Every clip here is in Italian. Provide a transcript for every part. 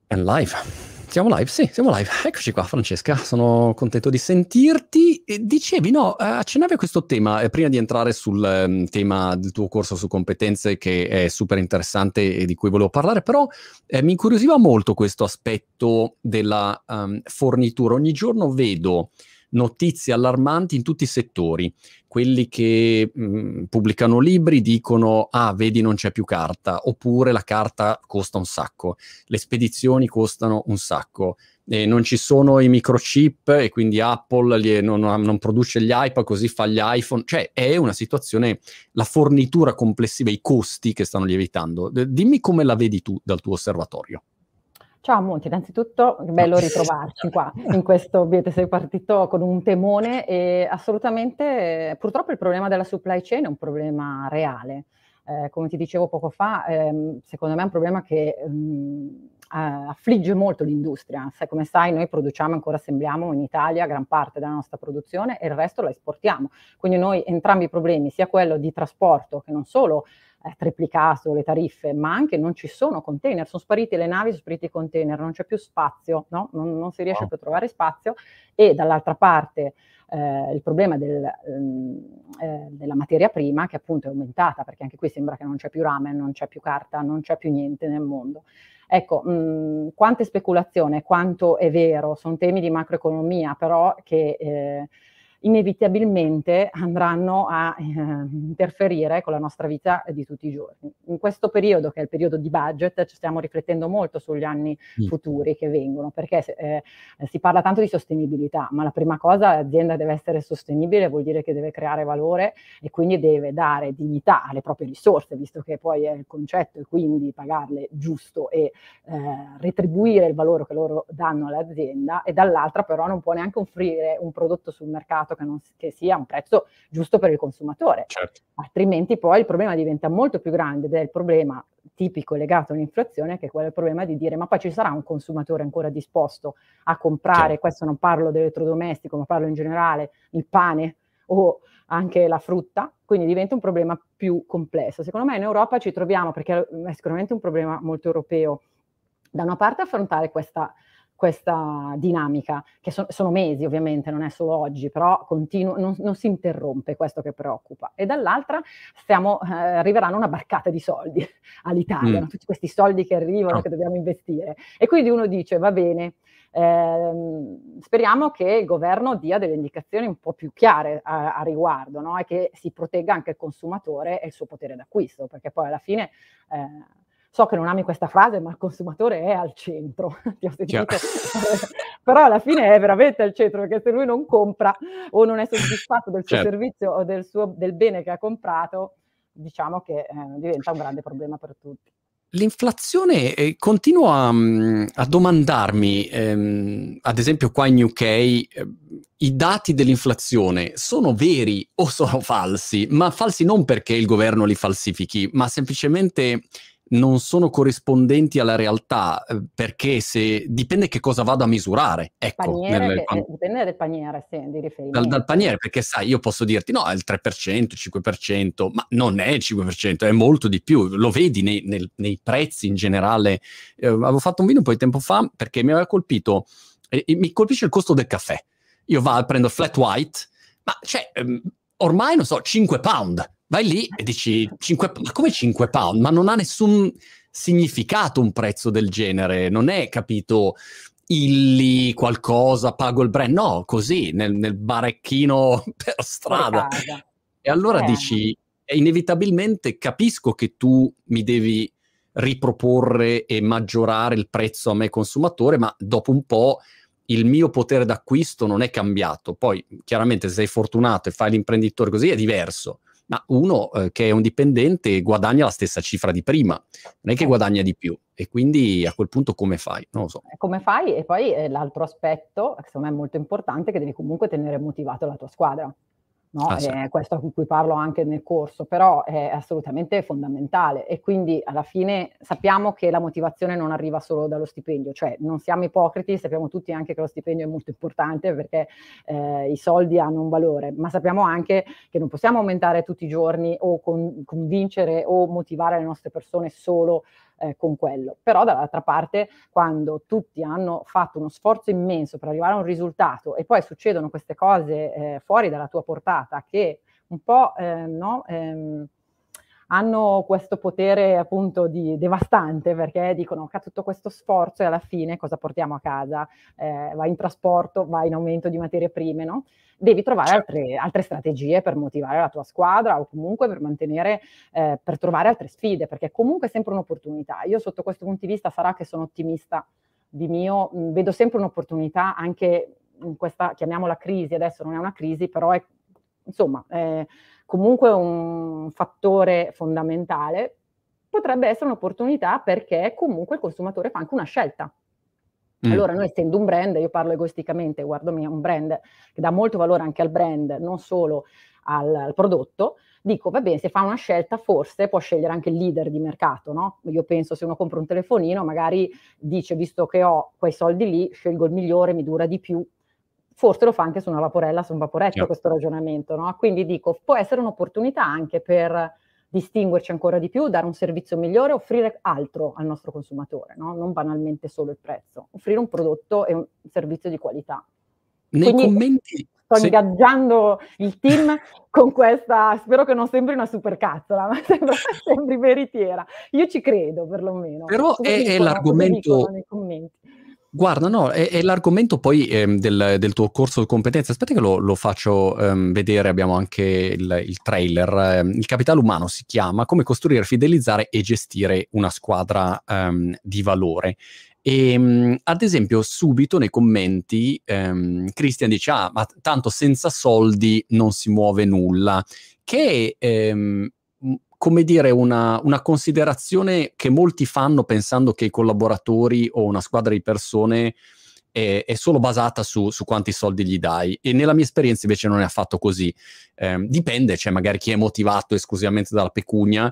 È live. Siamo live? Sì, siamo live. Eccoci qua, Francesca. Sono contento di sentirti. E dicevi, no, accennavi a questo tema prima di entrare sul tema del tuo corso su competenze, che è super interessante e di cui volevo parlare, però mi incuriosiva molto questo aspetto della fornitura. Ogni giorno vedo notizie allarmanti in tutti i settori. Quelli che pubblicano libri dicono: ah, vedi, non c'è più carta, oppure la carta costa un sacco, le spedizioni costano un sacco, non ci sono i microchip e quindi Apple non produce gli iPad, così fa gli iPhone. Cioè è una situazione, la fornitura complessiva, i costi che stanno lievitando. Dimmi come la vedi tu dal tuo osservatorio. Ciao Monti, innanzitutto bello ritrovarci qua in questo ambiente. Sei partito con un temone e assolutamente, purtroppo il problema della supply chain è un problema reale. Come ti dicevo poco fa, secondo me è un problema che affligge molto l'industria. Come sai, noi produciamo e ancora assembliamo in Italia gran parte della nostra produzione e il resto la esportiamo. Quindi noi entrambi i problemi, sia quello di trasporto, che non solo triplicato le tariffe, ma anche non ci sono container, sono sparite le navi, sono spariti i container, non c'è più spazio, no? non si riesce più a trovare spazio, e dall'altra parte il problema della materia prima, che appunto è aumentata, perché anche qui sembra che non c'è più ramen, non c'è più carta, non c'è più niente nel mondo. Ecco, quante speculazione, quanto è vero, sono temi di macroeconomia, però che inevitabilmente andranno a interferire con la nostra vita di tutti i giorni. In questo periodo, che è il periodo di budget, ci stiamo riflettendo molto sugli anni futuri che vengono, perché si parla tanto di sostenibilità, ma la prima cosa, l'azienda deve essere sostenibile, vuol dire che deve creare valore e quindi deve dare dignità alle proprie risorse, visto che poi è il concetto, e quindi pagarle giusto e retribuire il valore che loro danno all'azienda, e dall'altra però non può neanche offrire un prodotto sul mercato che sia un prezzo giusto per il consumatore. Certo. Altrimenti poi il problema diventa molto più grande, ed è il problema tipico legato all'inflazione, che è quello il problema di dire: ma poi ci sarà un consumatore ancora disposto a comprare, Chiaro. questo non parlo dell'elettrodomestico, ma parlo in generale, il pane o anche la frutta, quindi diventa un problema più complesso. Secondo me in Europa ci troviamo, perché è sicuramente un problema molto europeo, da una parte affrontare questa dinamica, che sono mesi ovviamente, non è solo oggi, però non si interrompe, questo che preoccupa. E dall'altra arriveranno una barcata di soldi all'Italia, no? Tutti questi soldi che arrivano, che dobbiamo investire. E quindi uno dice: va bene, speriamo che il governo dia delle indicazioni un po' più chiare a riguardo, no? E che si protegga anche il consumatore e il suo potere d'acquisto, perché poi alla fine... so che non ami questa frase, ma il consumatore è al centro, ti ho sentito, però alla fine è veramente al centro, perché se lui non compra o non è soddisfatto del suo servizio o del bene che ha comprato, diciamo che diventa un grande problema per tutti. L'inflazione, continuo a domandarmi, ad esempio qua in UK, i dati dell'inflazione sono veri o sono falsi? Ma falsi non perché il governo li falsifichi, ma semplicemente non sono corrispondenti alla realtà, perché dipende che cosa vado a misurare. Ecco, Dipende dal paniere, sì, di riferimento. Dal paniere, perché sai, io posso dirti no, è il 3%, 5%, ma non è il 5%, è molto di più. Lo vedi nei prezzi in generale. Avevo fatto un video un po' di tempo fa perché mi aveva colpito, mi colpisce il costo del caffè. Io prendo flat white, ma cioè, ormai non so, 5 pound. Vai lì e dici, ma come 5 pound? Ma non ha nessun significato un prezzo del genere, non è, capito, illi qualcosa, pago il brand, no, così, nel barecchino per strada. E allora dici, inevitabilmente capisco che tu mi devi riproporre e maggiorare il prezzo a me consumatore, ma dopo un po' il mio potere d'acquisto non è cambiato. Poi chiaramente se sei fortunato e fai l'imprenditore così è diverso, ma uno che è un dipendente guadagna la stessa cifra di prima, non è che guadagna di più, e quindi a quel punto come fai? Non lo so. Come fai? E poi l'altro aspetto, che secondo me è molto importante, è che devi comunque tenere motivato la tua squadra. No? Sì. Questo a cui parlo anche nel corso, però è assolutamente fondamentale, e quindi alla fine sappiamo che la motivazione non arriva solo dallo stipendio, cioè non siamo ipocriti, sappiamo tutti anche che lo stipendio è molto importante perché i soldi hanno un valore, ma sappiamo anche che non possiamo aumentare tutti i giorni o convincere o motivare le nostre persone solo con quello. Però dall'altra parte, quando tutti hanno fatto uno sforzo immenso per arrivare a un risultato e poi succedono queste cose fuori dalla tua portata che un po' hanno questo potere appunto devastante, perché dicono che ha tutto questo sforzo e alla fine cosa portiamo a casa? Va in trasporto, va in aumento di materie prime, no? Devi trovare altre strategie per motivare la tua squadra o comunque per mantenere, per trovare altre sfide, perché comunque è sempre un'opportunità. Io sotto questo punto di vista sarà che sono ottimista di mio, vedo sempre un'opportunità anche in questa, chiamiamola crisi, adesso non è una crisi, però è insomma comunque un fattore fondamentale, potrebbe essere un'opportunità perché comunque il consumatore fa anche una scelta. Allora noi essendo un brand, io parlo egoisticamente, guardo un brand che dà molto valore anche al brand, non solo al prodotto, dico va bene, se fa una scelta forse può scegliere anche il leader di mercato, no? Io penso se uno compra un telefonino magari dice visto che ho quei soldi lì, scelgo il migliore, mi dura di più, forse lo fa anche su una vaporella, su un vaporetto questo ragionamento, no? Quindi dico, può essere un'opportunità anche per distinguerci ancora di più, dare un servizio migliore, offrire altro al nostro consumatore, no? Non banalmente solo il prezzo, offrire un prodotto e un servizio di qualità. Nei commenti sto ingaggiando il team con questa, spero che non sembri una supercazzola, ma sembri veritiera. Io ci credo perlomeno. Però è l'argomento nei commenti? Guarda, no, è l'argomento poi del tuo corso di competenze. Aspetta che lo faccio vedere, abbiamo anche il trailer. Il capitale umano si chiama Come costruire, fidelizzare e gestire una squadra di valore. E ad esempio subito nei commenti Christian dice ma tanto senza soldi non si muove nulla, che è come dire una considerazione che molti fanno pensando che i collaboratori o una squadra di persone è solo basata su quanti soldi gli dai, e nella mia esperienza invece non è affatto così. Dipende, c'è magari chi è motivato esclusivamente dalla pecunia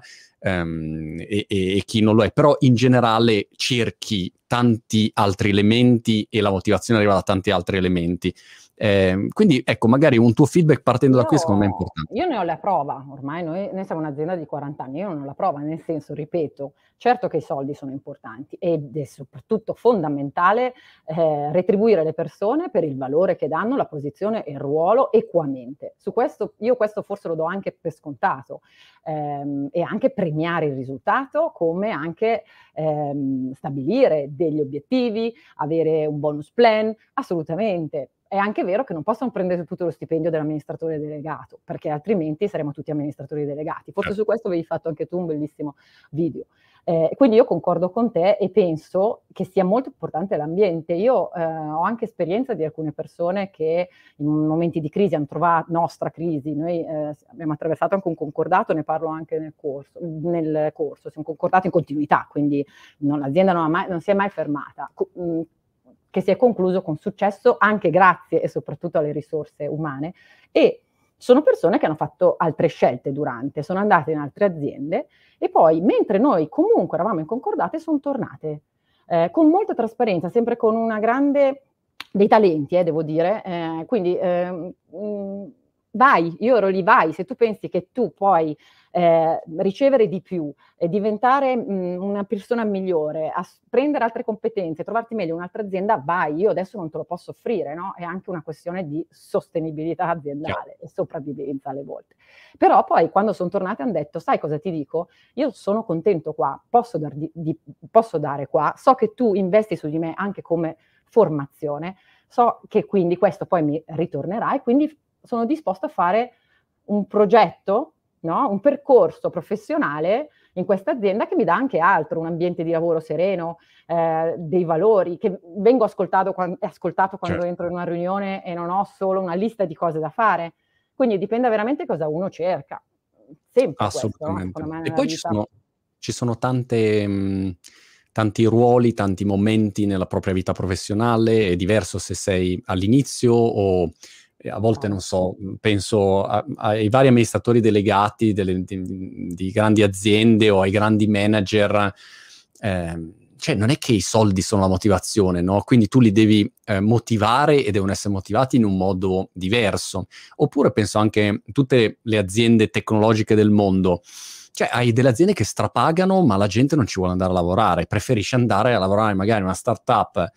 e chi non lo è, però in generale cerchi tanti altri elementi e la motivazione arriva da tanti altri elementi. Quindi ecco, magari un tuo feedback partendo da qui secondo me è importante. Io ne ho la prova, ormai noi siamo un'azienda di 40 anni, io non ho la prova, nel senso, ripeto, certo che i soldi sono importanti ed è soprattutto fondamentale retribuire le persone per il valore che danno, la posizione e il ruolo equamente. Su questo, io questo forse lo do anche per scontato, e anche premiare il risultato, come anche stabilire degli obiettivi, avere un bonus plan, assolutamente. È anche vero che non possono prendere tutto lo stipendio dell'amministratore delegato, perché altrimenti saremo tutti amministratori delegati. Forse su questo avevi fatto anche tu un bellissimo video. Quindi io concordo con te e penso che sia molto importante l'ambiente. Io ho anche esperienza di alcune persone che in momenti di crisi hanno trovato, nostra crisi, noi abbiamo attraversato anche un concordato, ne parlo anche nel corso, siamo concordati in continuità, quindi l'azienda non si è mai fermata. Che si è concluso con successo anche grazie e soprattutto alle risorse umane, e sono persone che hanno fatto altre scelte durante, sono andate in altre aziende e poi mentre noi comunque eravamo in concordate sono tornate con molta trasparenza, sempre con una grande dei talenti, devo dire, quindi vai, io ero lì, vai, se tu pensi che tu puoi ricevere di più, diventare una persona migliore, prendere altre competenze, trovarti meglio in un'altra azienda, vai, io adesso non te lo posso offrire, no? È anche una questione di sostenibilità aziendale e sopravvivenza alle volte. Però poi quando sono tornate hanno detto, sai cosa ti dico? Io sono contento qua, posso dare qua, so che tu investi su di me anche come formazione, so che quindi questo poi mi ritornerà e quindi sono disposto a fare un progetto, no? Un percorso professionale in questa azienda che mi dà anche altro, un ambiente di lavoro sereno, dei valori, che vengo ascoltato quando entro in una riunione e non ho solo una lista di cose da fare. Quindi dipende veramente cosa uno cerca. Sempre assolutamente. questo, no? E poi ci sono tanti ruoli, tanti momenti nella propria vita professionale. È diverso se sei all'inizio o a volte, non so, penso ai vari amministratori delegati di grandi aziende o ai grandi manager. Cioè non è che i soldi sono la motivazione, no? Quindi tu li devi motivare e devono essere motivati in un modo diverso. Oppure penso anche tutte le aziende tecnologiche del mondo, cioè hai delle aziende che strapagano, ma la gente non ci vuole andare a lavorare, preferisce andare a lavorare magari in una startup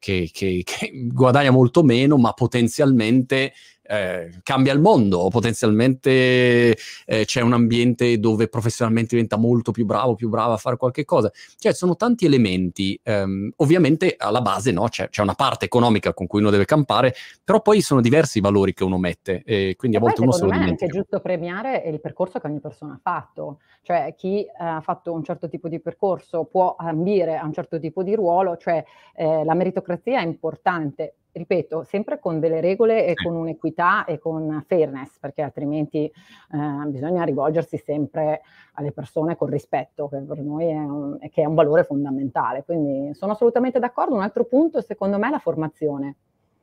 che guadagna molto meno, ma potenzialmente cambia il mondo, o potenzialmente c'è un ambiente dove professionalmente diventa molto più brava a fare qualche cosa. Cioè sono tanti elementi, ovviamente alla base no, c'è una parte economica con cui uno deve campare, però poi sono diversi i valori che uno mette, e quindi E a poi volte uno se secondo lo me è anche dimentica. giusto premiare il percorso che ogni persona ha fatto. Cioè chi ha fatto un certo tipo di percorso può ambire a un certo tipo di ruolo, cioè la meritocrazia è importante, ripeto, sempre con delle regole e Sì. con un'equità e con fairness, perché altrimenti bisogna rivolgersi sempre alle persone con rispetto, che per noi che è un valore fondamentale. Quindi sono assolutamente d'accordo. Un altro punto, secondo me, è la formazione.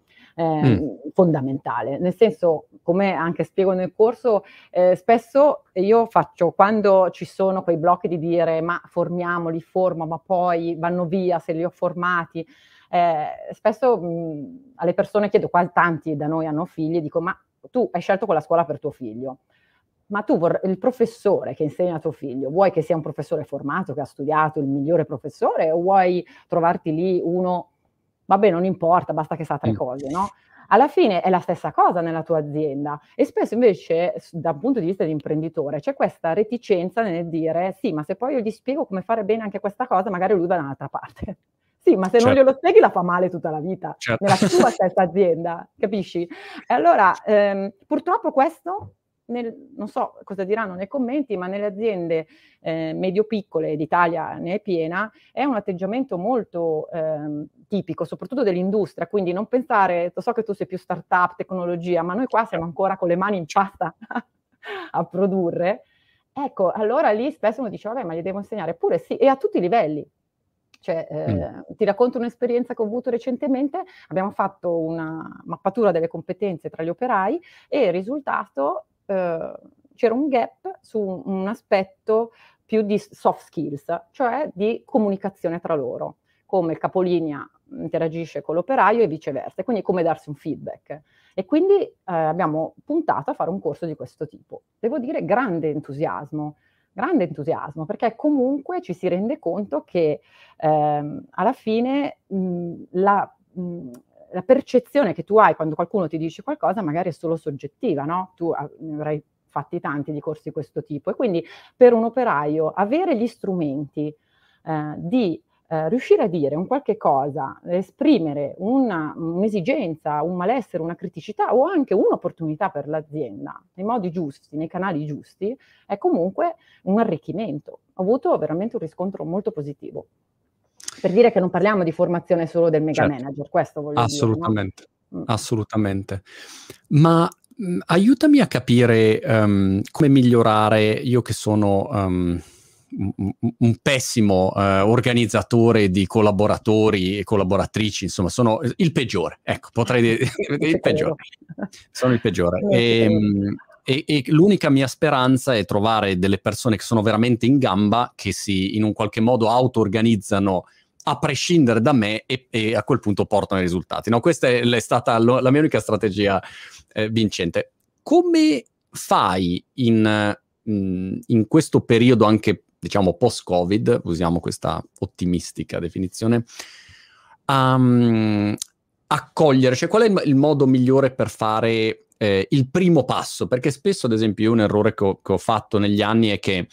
Mm. Fondamentale, nel senso, come anche spiego nel corso, spesso io faccio, quando ci sono quei blocchi di dire ma formiamoli, formo, ma poi vanno via se li ho formati, spesso alle persone chiedo, qua tanti da noi hanno figli, dico ma tu hai scelto quella scuola per tuo figlio, ma tu il professore che insegna a tuo figlio, vuoi che sia un professore formato, che ha studiato, il migliore professore, o vuoi trovarti lì uno, vabbè non importa, basta che sa 3 Mm. cose, no? Alla fine è la stessa cosa nella tua azienda, e spesso invece da un punto di vista di imprenditore c'è questa reticenza nel dire sì, ma se poi io gli spiego come fare bene anche questa cosa, magari lui va da un'altra parte. Sì, ma se non Certo, glielo spieghi la fa male tutta la vita, certo. nella tua stessa azienda, capisci? E allora purtroppo questo non so cosa diranno nei commenti, ma nelle aziende medio-piccole, d'Italia ne è piena, è un atteggiamento molto tipico, soprattutto dell'industria, quindi non pensare, lo so che tu sei più startup, tecnologia, ma noi qua siamo ancora con le mani in pasta a produrre. Ecco, allora lì spesso uno dice, vabbè, ma gli devo insegnare. Eppure sì, e a tutti i livelli. Cioè, Mm. ti racconto un'esperienza che ho avuto recentemente, abbiamo fatto una mappatura delle competenze tra gli operai e il risultato, c'era un gap su un aspetto più di soft skills, cioè di comunicazione tra loro, come il capolinea interagisce con l'operaio e viceversa, e quindi come darsi un feedback. E quindi abbiamo puntato a fare un corso di questo tipo. Devo dire grande entusiasmo, perché comunque ci si rende conto che alla fine la percezione che tu hai quando qualcuno ti dice qualcosa magari è solo soggettiva, no? Tu ne avrai fatti tanti di corsi di questo tipo, e quindi per un operaio avere gli strumenti di riuscire a dire un qualche cosa, esprimere un'esigenza, un malessere, una criticità o anche un'opportunità per l'azienda nei modi giusti, nei canali giusti, è comunque un arricchimento. Ho avuto veramente un riscontro molto positivo. Per dire che non parliamo di formazione solo del mega Certo, manager, questo voglio dire, no? assolutamente, Mh. assolutamente. Ma aiutami a capire come migliorare, io che sono un pessimo organizzatore di collaboratori e collaboratrici, insomma, sono il peggiore, ecco, potrei dire Non il ci peggiore. credo. Sono il peggiore. Non ci credo. E l'unica mia speranza è trovare delle persone che sono veramente in gamba, che si in un qualche modo auto-organizzano a prescindere da me e a quel punto portano i risultati. No, questa è stata la mia unica strategia vincente. Come fai in questo periodo anche, diciamo, post-Covid, usiamo questa ottimistica definizione, a accogliere, cioè qual è il modo migliore per fare il primo passo? Perché spesso, ad esempio, io un errore che ho fatto negli anni è che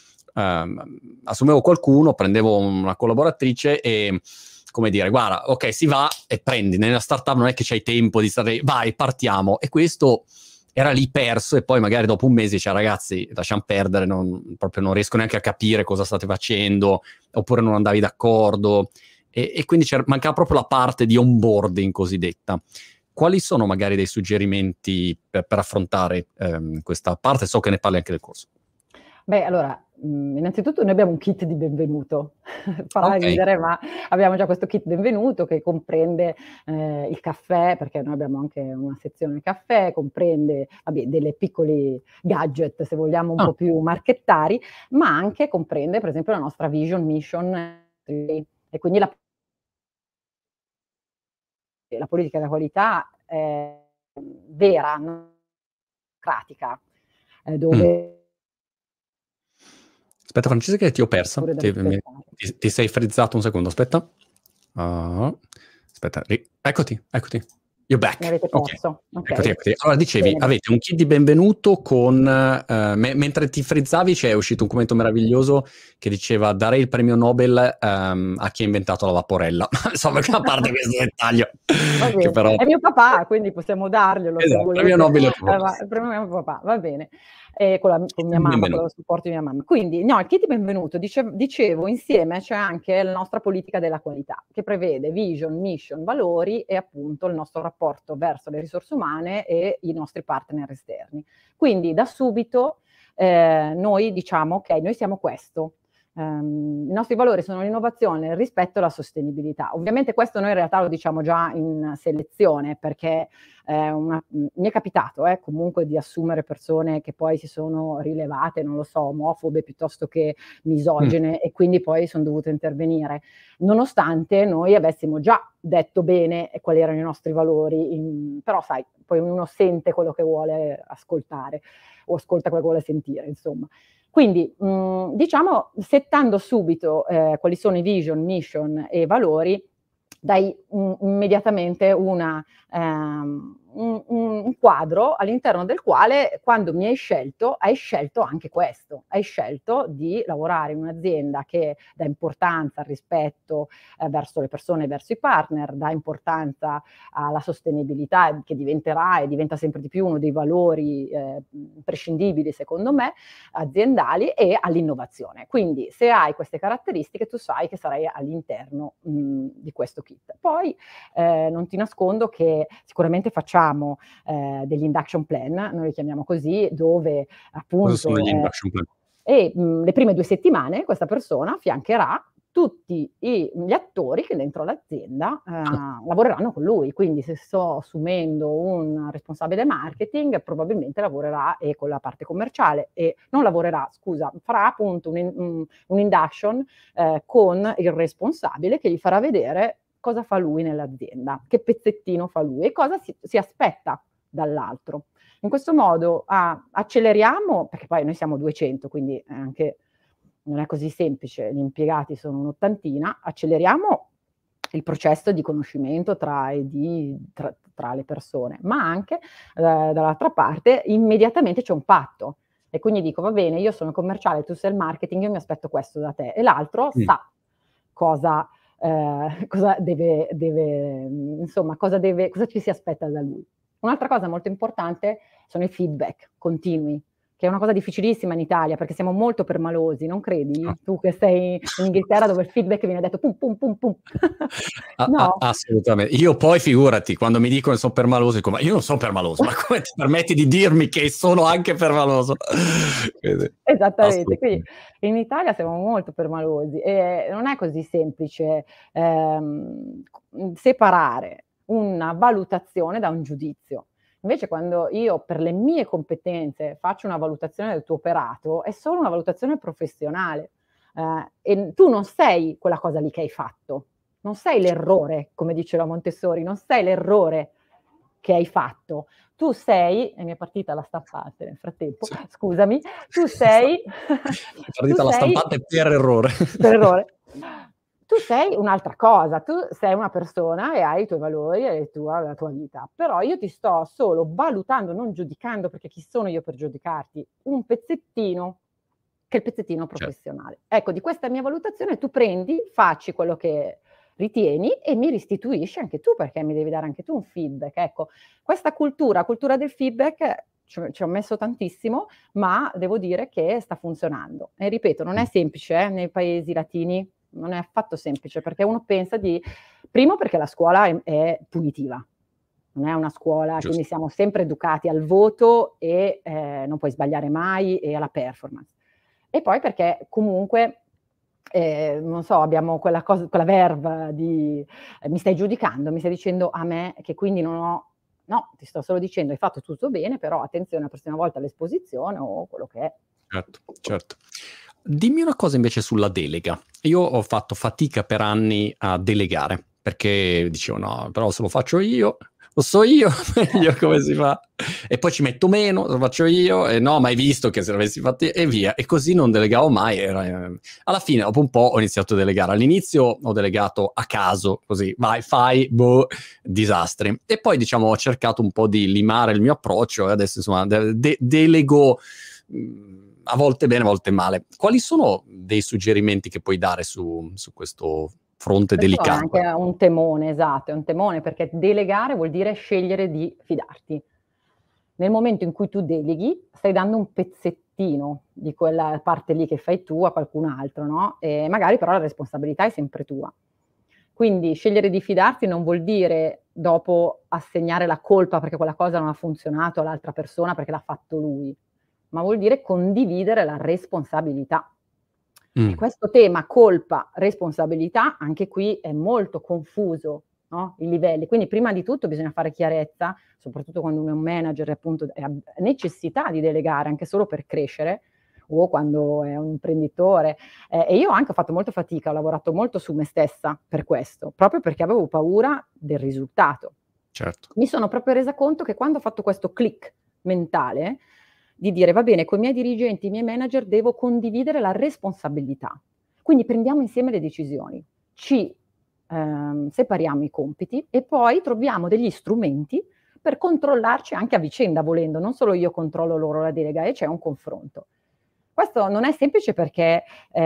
assumevo qualcuno, prendevo una collaboratrice e, come dire, guarda, ok, si va e prendi. Nella startup non è che c'hai tempo di stare, vai, partiamo. E questo era lì perso, e poi magari dopo un mese dice, ragazzi, lasciamo perdere, proprio non riesco neanche a capire cosa state facendo, oppure non andavi d'accordo. E quindi mancava proprio la parte di onboarding cosiddetta. Quali sono magari dei suggerimenti per affrontare questa parte? So che ne parli anche del corso. Beh, allora, innanzitutto noi abbiamo un kit di benvenuto. Farà Ok. ridere, ma abbiamo già questo kit benvenuto che comprende il caffè, perché noi abbiamo anche una sezione caffè, comprende, vabbè, delle piccoli gadget, se vogliamo, un Ah, po' più marchettari, ma anche comprende, per esempio, la nostra vision, mission, e quindi la politica della qualità vera, non pratica, mm. dove Aspetta, Francesca, che ti ho persa. Pure da rispettare. Ti sei frizzato un secondo, aspetta. Aspetta, eccoti. You're back. Mi avete perso. Okay. Eccoti. Allora, dicevi, Bene. avete un kit di benvenuto con... mentre ti frizzavi c'è uscito un commento meraviglioso che diceva darei il premio Nobel a chi ha inventato la vaporella. Insomma, a parte questo dettaglio. Che però... È mio papà, quindi possiamo darglielo. Esatto, il premio Nobel è tuo. Il premio mio papà, va bene. Con mia mamma, con lo supporto di mia mamma. Quindi, no, il kit di benvenuto, dicevo, insieme c'è anche la nostra politica della qualità, che prevede vision, mission, valori e appunto il nostro rapporto verso le risorse umane e i nostri partner esterni. Quindi, da subito, noi diciamo, ok, noi siamo questo. I nostri valori sono l'innovazione, il rispetto e la sostenibilità. Ovviamente questo noi in realtà lo diciamo già in selezione, perché mi è capitato comunque di assumere persone che poi si sono rilevate, non lo so, omofobe piuttosto che misogine, e quindi poi sono dovute intervenire, nonostante noi avessimo già detto bene quali erano i nostri valori, però sai, poi ognuno sente quello che vuole ascoltare o ascolta quello che vuole sentire, insomma. Quindi, diciamo, settando subito quali sono i vision, mission e valori, dai immediatamente un quadro all'interno del quale, quando mi hai scelto anche questo. Hai scelto di lavorare in un'azienda che dà importanza al rispetto verso le persone, verso i partner, dà importanza alla sostenibilità, che diventerà e diventa sempre di più uno dei valori imprescindibili, secondo me, aziendali, e all'innovazione. Quindi, se hai queste caratteristiche, tu sai che sarai all'interno di questo kit. Poi non ti nascondo che sicuramente facciamo degli induction plan, noi li chiamiamo così, dove appunto cosa sono gli induction plan? E le prime 2 settimane questa persona affiancherà tutti gli attori che dentro l'azienda lavoreranno con lui. Quindi se sto assumendo un responsabile marketing, probabilmente lavorerà con la parte commerciale, e non lavorerà, scusa, farà appunto un induction con il responsabile, che gli farà vedere cosa fa lui nell'azienda, che pezzettino fa lui e cosa si aspetta dall'altro. In questo modo acceleriamo, perché poi noi siamo 200, quindi anche non è così semplice, gli impiegati sono un'ottantina, acceleriamo il processo di conoscimento tra le persone, ma anche dall'altra parte immediatamente c'è un patto, e quindi dico, va bene, io sono commerciale, tu sei il marketing, io mi aspetto questo da te, e l'altro sa cosa deve insomma, cosa ci si aspetta da lui. Un'altra cosa molto importante sono i feedback continui, che è una cosa difficilissima in Italia, perché siamo molto permalosi, non credi? No. Tu che sei in Inghilterra, dove il feedback viene detto pum pum pum pum. No? Assolutamente. Io poi, figurati, quando mi dicono che sono permaloso, dico, ma io non sono permaloso, ma come ti permetti di dirmi che sono anche permaloso? Esattamente, quindi in Italia siamo molto permalosi, e non è così semplice separare una valutazione da un giudizio. Invece, quando io, per le mie competenze, faccio una valutazione del tuo operato, è solo una valutazione professionale, e tu non sei quella cosa lì che hai fatto, non sei l'errore, come diceva Montessori, non sei l'errore che hai fatto, tu sei, e mi è partita la stampante nel frattempo, sì. Scusami, tu sei... è partita la stampante per errore. Per errore. Tu sei un'altra cosa, tu sei una persona e hai i tuoi valori e la tua vita, però io ti sto solo valutando, non giudicando, perché chi sono io per giudicarti? Un pezzettino, che è il pezzettino professionale. Certo. Ecco, di questa mia valutazione tu prendi, facci quello che ritieni e mi restituisci anche tu, perché mi devi dare anche tu un feedback. Ecco, questa cultura del feedback ci ho messo tantissimo, ma devo dire che sta funzionando. E ripeto, non è semplice nei paesi latini, non è affatto semplice, perché uno pensa primo perché la scuola è punitiva, non è una scuola, giusto. Quindi siamo sempre educati al voto e non puoi sbagliare mai, e alla performance. E poi perché comunque, non so, abbiamo quella verve di mi stai giudicando, mi stai dicendo a me che quindi non ho... No, ti sto solo dicendo, hai fatto tutto bene, però attenzione la prossima volta all'esposizione o quello che è. Certo. Dimmi una cosa invece sulla delega. Io ho fatto fatica per anni a delegare, perché dicevo no, però se lo faccio io, lo so io, io come si fa, e poi ci metto meno, lo faccio io, e no, ma hai visto che se l'avessi fatto io, e via, e così non delegavo mai. Alla fine, dopo un po', ho iniziato a delegare. All'inizio ho delegato a caso, così, vai, fai, boh, disastri. E poi, diciamo, ho cercato un po' di limare il mio approccio, e adesso, insomma, delego a volte bene, a volte male. Quali sono dei suggerimenti che puoi dare su questo fronte Questo è delicato? anche un temone, esatto, è un temone, perché delegare vuol dire scegliere di fidarti. Nel momento in cui tu deleghi, stai dando un pezzettino di quella parte lì che fai tu a qualcun altro, no? E magari però la responsabilità è sempre tua. Quindi scegliere di fidarti non vuol dire dopo assegnare la colpa perché quella cosa non ha funzionato all'altra persona perché l'ha fatto lui, ma vuol dire condividere la responsabilità. E questo tema colpa, responsabilità, anche qui è molto confuso, no, i livelli. Quindi prima di tutto bisogna fare chiarezza, soprattutto quando uno è un manager e appunto ha necessità di delegare anche solo per crescere, o quando è un imprenditore. E io anche ho fatto molta fatica, ho lavorato molto su me stessa per questo, proprio perché avevo paura del risultato. Certo. Mi sono proprio resa conto che quando ho fatto questo click mentale, di dire: "Va bene, coi miei dirigenti, i miei manager devo condividere la responsabilità. Quindi prendiamo insieme le decisioni, ci, separiamo i compiti e poi troviamo degli strumenti per controllarci anche a vicenda volendo, non solo io controllo loro la delega e c'è un confronto." Questo non è semplice perché,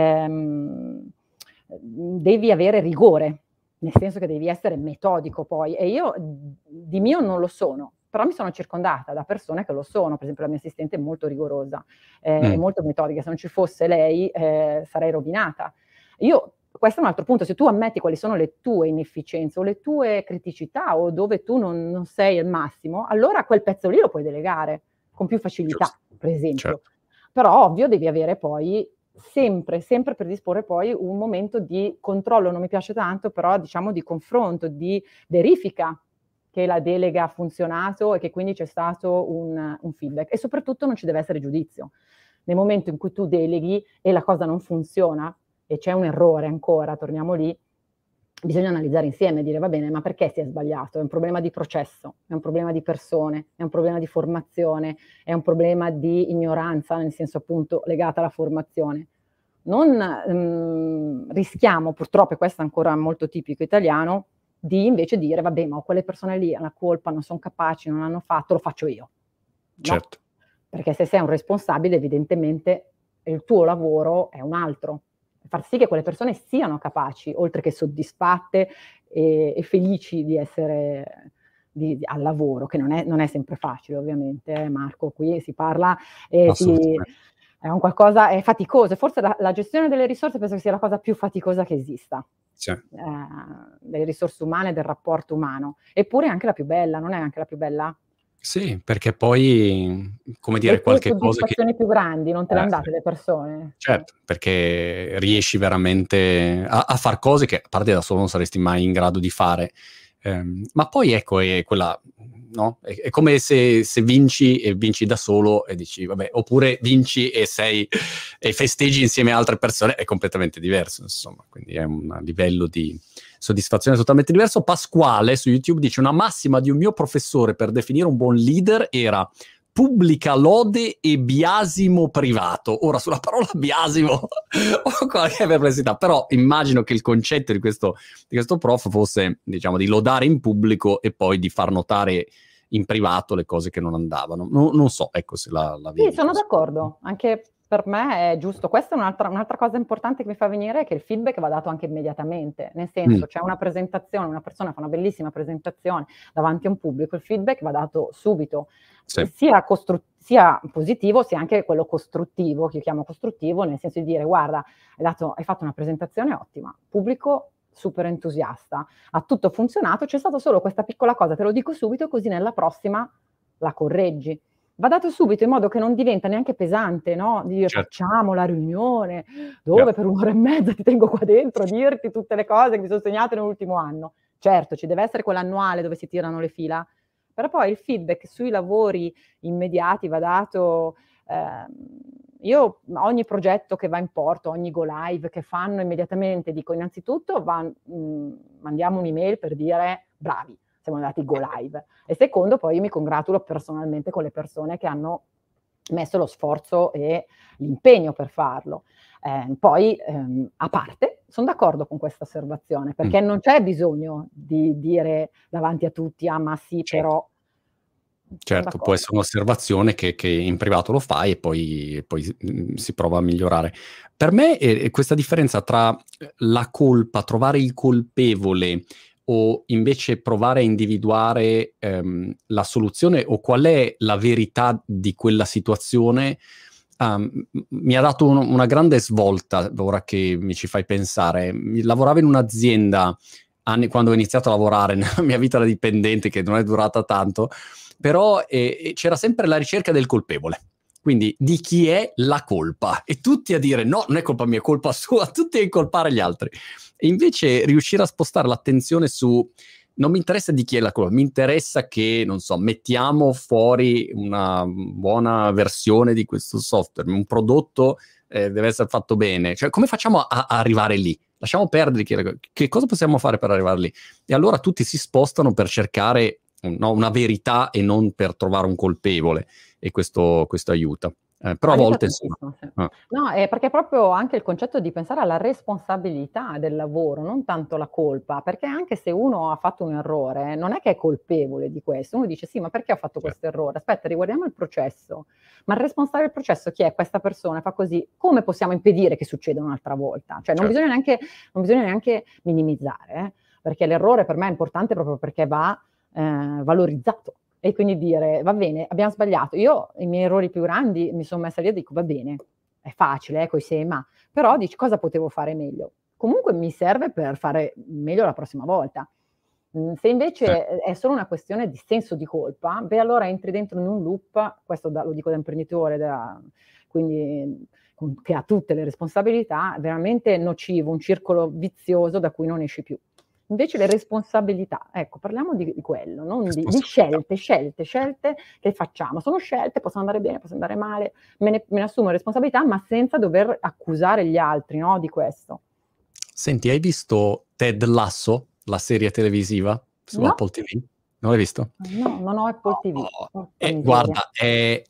devi avere rigore, nel senso che devi essere metodico poi e io di mio non lo sono, però mi sono circondata da persone che lo sono, per esempio la mia assistente è molto rigorosa, è molto metodica, se non ci fosse lei, sarei rovinata. Io questo è un altro punto, se tu ammetti quali sono le tue inefficienze o le tue criticità o dove tu non sei al massimo, allora quel pezzo lì lo puoi delegare con più facilità, Giusto. per esempio. Certo. Però ovvio devi avere poi sempre predisporre poi un momento di controllo, non mi piace tanto, però diciamo di confronto, di verifica che la delega ha funzionato e che quindi c'è stato un feedback. E soprattutto non ci deve essere giudizio. Nel momento in cui tu deleghi e la cosa non funziona e c'è un errore ancora, torniamo lì, bisogna analizzare insieme e dire: "Va bene, ma perché si è sbagliato? È un problema di processo, è un problema di persone, è un problema di formazione, è un problema di ignoranza, nel senso appunto legata alla formazione." Non, rischiamo purtroppo, e questo è ancora molto tipico italiano, di invece dire: "Vabbè, ma quelle persone lì han la colpa, non son capaci, non hanno fatto, lo faccio io." No, Certo. perché se sei un responsabile evidentemente il tuo lavoro è un altro. Far sì che quelle persone siano capaci, oltre che soddisfatte e felici di essere al lavoro, che non è sempre facile ovviamente Marco, qui si parla Assolutamente. è un qualcosa è faticoso, forse la gestione delle risorse penso che sia la cosa più faticosa che esista, Sì. delle risorse umane, del rapporto umano. Eppure è anche la più bella, non è anche la più bella? Sì, perché poi, come dire, Le tue qualche cosa che soddisfazioni più grandi non te le han sì. date le persone? Certo, perché riesci veramente a far cose che a parte da solo non saresti mai in grado di fare. Ma poi ecco, è quella no, è come se vinci e vinci da solo e dici: "Vabbè", oppure vinci e festeggi insieme a altre persone, è completamente diverso insomma, quindi è un livello di soddisfazione totalmente diverso. Pasquale su YouTube dice: "Una massima di un mio professore per definire un buon leader era: pubblica lode e biasimo privato." Ora, sulla parola biasimo ho qualche perplessità, però immagino che il concetto di questo prof fosse, diciamo, di lodare in pubblico e poi di far notare in privato le cose che non andavano. Non so, ecco, se la Sì, vedi sono così. d'accordo. Anche per me è giusto. Questa è un'altra cosa importante che mi fa venire è che il feedback va dato anche immediatamente. Nel Mh, senso, c'è una presentazione, una persona fa una bellissima presentazione davanti a un pubblico, il feedback va dato subito, sì, sia positivo sia anche quello costruttivo, che io chiamo costruttivo, nel senso di dire: "Guarda, hai fatto una presentazione ottima, pubblico super entusiasta, ha tutto funzionato, c'è stato solo questa piccola cosa, te lo dico subito così nella prossima la correggi." Va dato subito in modo che non diventa neanche pesante, no, di dire: certo, "Facciamo la riunione chiaro, dove per 1 ora e mezza ti tengo qua dentro a dirti tutte le cose che mi son segnate nell'ultimo anno." Certo, ci deve essere quell'annuale dove si tirano le fila, però poi il feedback sui lavori immediati va dato io ogni progetto che va in porto, ogni go live che fanno immediatamente dico innanzitutto mandiamo un'email per dire: "Bravi." siamo andati go live. E secondo, poi mi congratulo personalmente con le persone che hanno messo lo sforzo e l'impegno per farlo. Poi, a parte, sono d'accordo con questa osservazione, perché non c'è bisogno di dire davanti a tutti, ah ma sì, Certo. però... Certo, può essere un'osservazione che in privato lo fai e poi si prova a migliorare. Per me questa differenza tra la colpa, trovare il colpevole o invece provare a individuare la soluzione o qual è la verità di quella situazione, mi ha dato una grande svolta, ora che mi ci fai pensare. Lavoravo in un'azienda quando ho iniziato a lavorare nella mia vita da dipendente, che non è durata tanto, però c'era sempre la ricerca del colpevole. Quindi di chi è la colpa? E tutti a dire no, non è colpa mia, è colpa sua, tutti a incolpare gli altri. E invece riuscire a spostare l'attenzione su non mi interessa di chi è la colpa, mi interessa che, non so, mettiamo fuori una buona versione di questo software, un prodotto deve essere fatto bene. Cioè, come facciamo a arrivare lì? Lasciamo perdere che cosa possiamo fare per arrivare lì? E allora tutti si spostano per cercare una verità e non per trovare un colpevole, e questo aiuta. Però a volte insomma, sì. No, è perché proprio anche il concetto di pensare alla responsabilità del lavoro, non tanto la colpa, perché anche se uno ha fatto un errore, non è che è colpevole di questo. Uno dice sì, ma perché ho fatto questo errore? Aspetta, riguardiamo il processo. Ma il responsabile del processo chi è? Questa persona fa così, come possiamo impedire che succeda un'altra volta? Cioè non bisogna neanche minimizzare, perché l'errore per me è importante proprio perché va valorizzato. E quindi dire, va bene, abbiamo sbagliato. Io i miei errori più grandi mi sono messa lì e dico, va bene, è facile, coi se ma, però dici cosa potevo fare meglio? Comunque mi serve per fare meglio la prossima volta. Se invece è solo una questione di senso di colpa, beh allora entri dentro in un loop, questo lo dico da imprenditore, quindi che ha tutte le responsabilità, veramente nocivo, un circolo vizioso da cui non esci più. Invece le responsabilità, ecco, parliamo di quello, non di scelte che facciamo. Sono scelte, possono andare bene, possono andare male, me ne assumo responsabilità, ma senza dover accusare gli altri, no, di questo. Senti, hai visto Ted Lasso, la serie televisiva su Apple TV? Non l'hai visto? No, non ho Apple TV. Guarda, è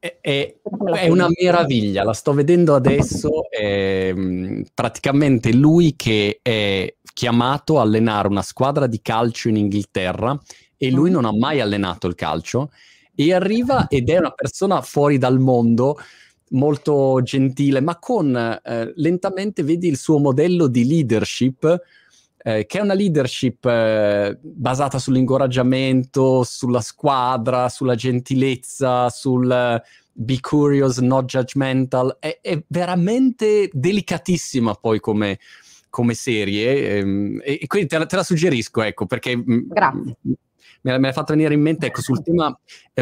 una meraviglia, la sto vedendo adesso. Praticamente lui che è chiamato a allenare una squadra di calcio in Inghilterra e lui non ha mai allenato il calcio e arriva ed è una persona fuori dal mondo, molto gentile, ma con lentamente vedi il suo modello di leadership, che è una leadership basata sull'incoraggiamento, sulla squadra, sulla gentilezza, sul be curious, not judgmental. È veramente delicatissima poi come serie, e quindi te la suggerisco, ecco, perché Grazie. me l'ha fatto venire in mente, ecco, sul tema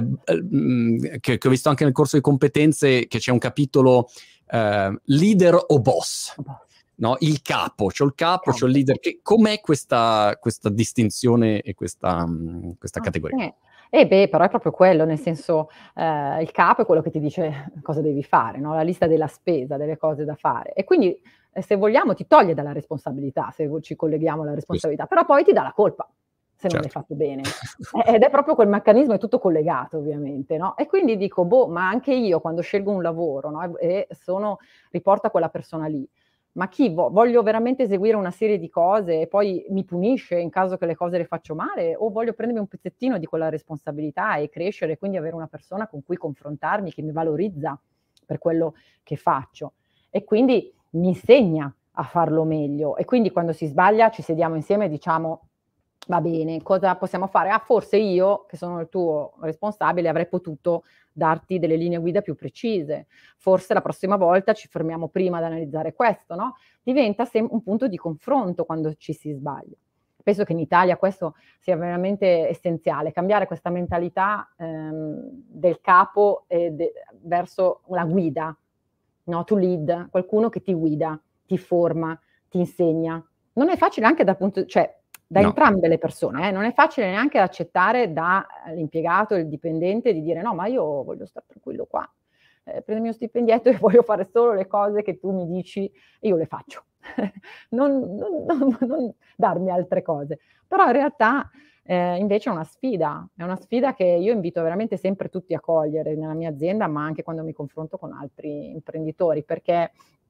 che ho visto anche nel corso di competenze, che c'è un capitolo leader o boss. No, il capo, c'ho il capo, c'ho il leader. Com'è questa distinzione e questa categoria? Però è proprio quello, nel senso, il capo è quello che ti dice cosa devi fare, no? La lista della spesa, delle cose da fare. E quindi, se vogliamo, ti toglie dalla responsabilità, se ci colleghiamo alla responsabilità, però poi ti dà la colpa se non l'hai fatto bene. Ed è proprio quel meccanismo, è tutto collegato ovviamente, no? E quindi dico, ma anche io quando scelgo un lavoro, no? E riporto a quella persona lì, ma voglio veramente eseguire una serie di cose e poi mi punisce in caso che le cose le faccio male, o voglio prendermi un pezzettino di quella responsabilità e crescere, e quindi avere una persona con cui confrontarmi che mi valorizza per quello che faccio e quindi mi insegna a farlo meglio. E quindi quando si sbaglia ci sediamo insieme e diciamo va bene, cosa possiamo fare? Forse io, che sono il tuo responsabile, avrei potuto darti delle linee guida più precise. Forse la prossima volta ci fermiamo prima ad analizzare questo, no? Diventa un punto di confronto quando ci si sbaglia. Penso che in Italia questo sia veramente essenziale, cambiare questa mentalità del capo verso la guida, no? To lead, qualcuno che ti guida, ti forma, ti insegna. Non è facile anche da entrambe le persone, non è facile neanche accettare dall'impiegato e il dipendente di dire no, ma io voglio stare tranquillo qua, prendo il mio stipendietto e voglio fare solo le cose che tu mi dici e io le faccio, non darmi altre cose. Però in realtà invece è una sfida che io invito veramente sempre tutti a cogliere nella mia azienda, ma anche quando mi confronto con altri imprenditori, perché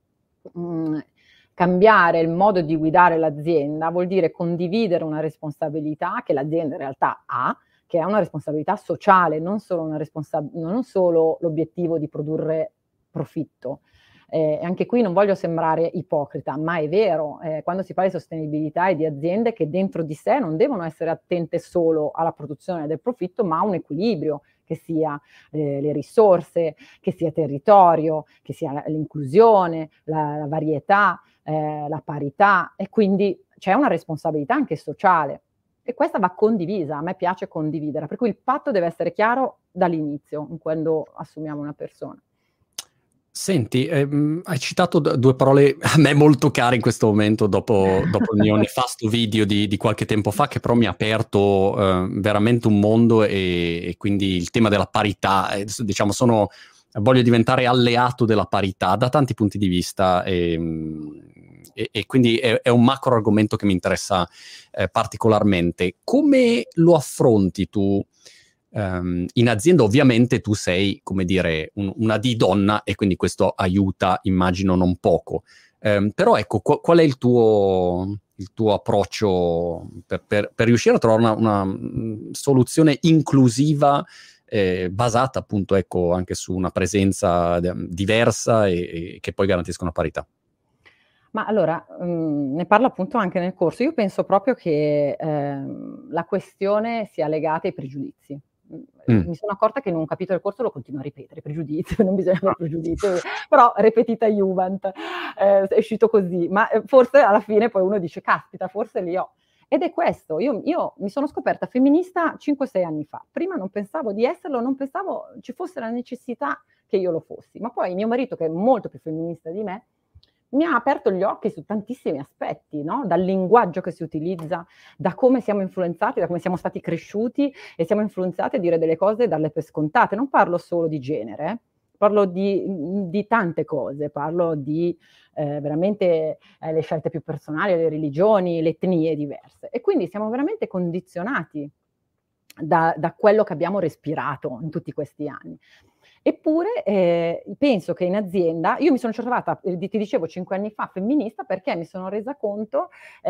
cambiare il modo di guidare l'azienda vuol dire condividere una responsabilità che l'azienda in realtà ha, che è una responsabilità sociale, non solo l'obiettivo di produrre profitto. Anche qui non voglio sembrare ipocrita, ma è vero, quando si parla di sostenibilità e di aziende che dentro di sé non devono essere attente solo alla produzione del profitto, ma a un equilibrio, che sia le risorse, che sia territorio, che sia l'inclusione, la varietà, la parità, e quindi c'è una responsabilità anche sociale. E questa va condivisa, a me piace condividere, per cui il patto deve essere chiaro dall'inizio, quando assumiamo una persona. Senti, hai citato due parole a me molto care in questo momento, dopo il mio nefasto video di qualche tempo fa, che però mi ha aperto veramente un mondo, e quindi il tema della parità, diciamo, voglio diventare alleato della parità da tanti punti di vista, e quindi è un macro argomento che mi interessa particolarmente. Come lo affronti tu? In azienda ovviamente tu sei, come dire, una di donna, e quindi questo aiuta, immagino, non poco. Però ecco, qual è il tuo approccio per riuscire a trovare una soluzione inclusiva, basata appunto, ecco, anche su una presenza diversa e che poi garantisca una parità? Ma allora, ne parlo appunto anche nel corso. Io penso proprio che la questione sia legata ai pregiudizi. Mi sono accorta che in un capitolo del corso lo continuo a ripetere: pregiudizio, non bisogna avere pregiudizio, però repetita iuvant, è uscito così, ma forse alla fine poi uno dice: caspita, forse li ho. Ed è questo, io mi sono scoperta femminista 5-6 anni fa. Prima non pensavo di esserlo, non pensavo ci fosse la necessità che io lo fossi, ma poi mio marito, che è molto più femminista di me, mi ha aperto gli occhi su tantissimi aspetti, no? Dal linguaggio che si utilizza, da come siamo influenzati, da come siamo stati cresciuti, e siamo influenzati a dire delle cose e darle per scontate. Non parlo solo di genere, parlo di tante cose, parlo di veramente le scelte più personali, le religioni, le etnie diverse. E quindi siamo veramente condizionati da quello che abbiamo respirato in tutti questi anni. Eppure penso che in azienda, io mi sono trovata, ti dicevo 5 anni fa, femminista, perché mi sono resa conto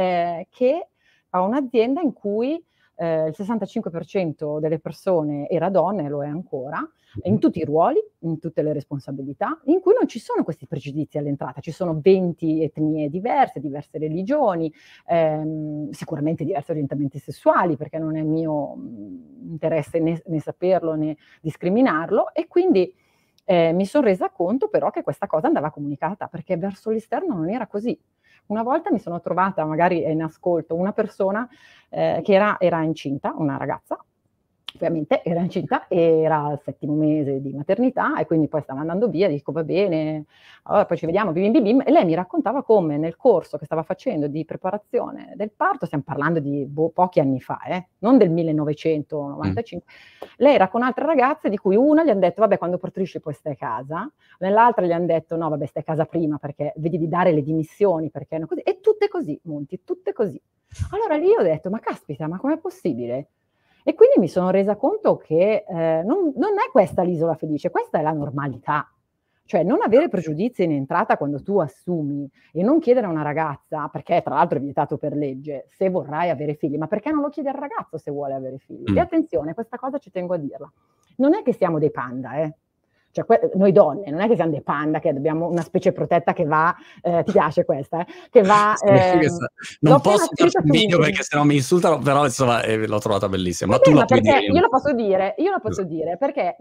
che ho un'azienda in cui il 65% delle persone era donne, e lo è ancora, in tutti i ruoli, in tutte le responsabilità, in cui non ci sono questi pregiudizi all'entrata, ci sono 20 etnie diverse, diverse religioni, sicuramente diversi orientamenti sessuali, perché non è mio interesse né saperlo né discriminarlo, e quindi mi sono resa conto però che questa cosa andava comunicata, perché verso l'esterno non era così. Una volta mi sono trovata, magari in ascolto, una persona che era incinta, una ragazza, ovviamente era incinta, era al 7° mese di maternità, e quindi poi stava andando via, dico va bene, allora poi ci vediamo, bim bim bim, e lei mi raccontava come nel corso che stava facendo di preparazione del parto, stiamo parlando di pochi anni fa, non del 1995, lei era con altre ragazze, di cui una gli hanno detto vabbè, quando partorisci poi stai a casa, nell'altra gli hanno detto no vabbè, stai a casa prima perché vedi di dare le dimissioni, perché no, così, e tutte così, Monti, tutte così. Allora lì ho detto ma caspita, ma com'è possibile? E quindi mi sono resa conto che non è questa l'isola felice, questa è la normalità. Cioè non avere pregiudizi in entrata quando tu assumi, e non chiedere a una ragazza, perché tra l'altro è vietato per legge, se vorrai avere figli, ma perché non lo chiede al ragazzo se vuole avere figli? E attenzione, questa cosa ci tengo a dirla. Non è che siamo dei panda, cioè noi donne, non è che siamo dei panda, che abbiamo una specie protetta che va, ti piace questa, che va... non posso farci un video perché sennò mi insultano, però insomma l'ho trovata bellissima. Ma tu la puoi dire? Io la posso dire, perché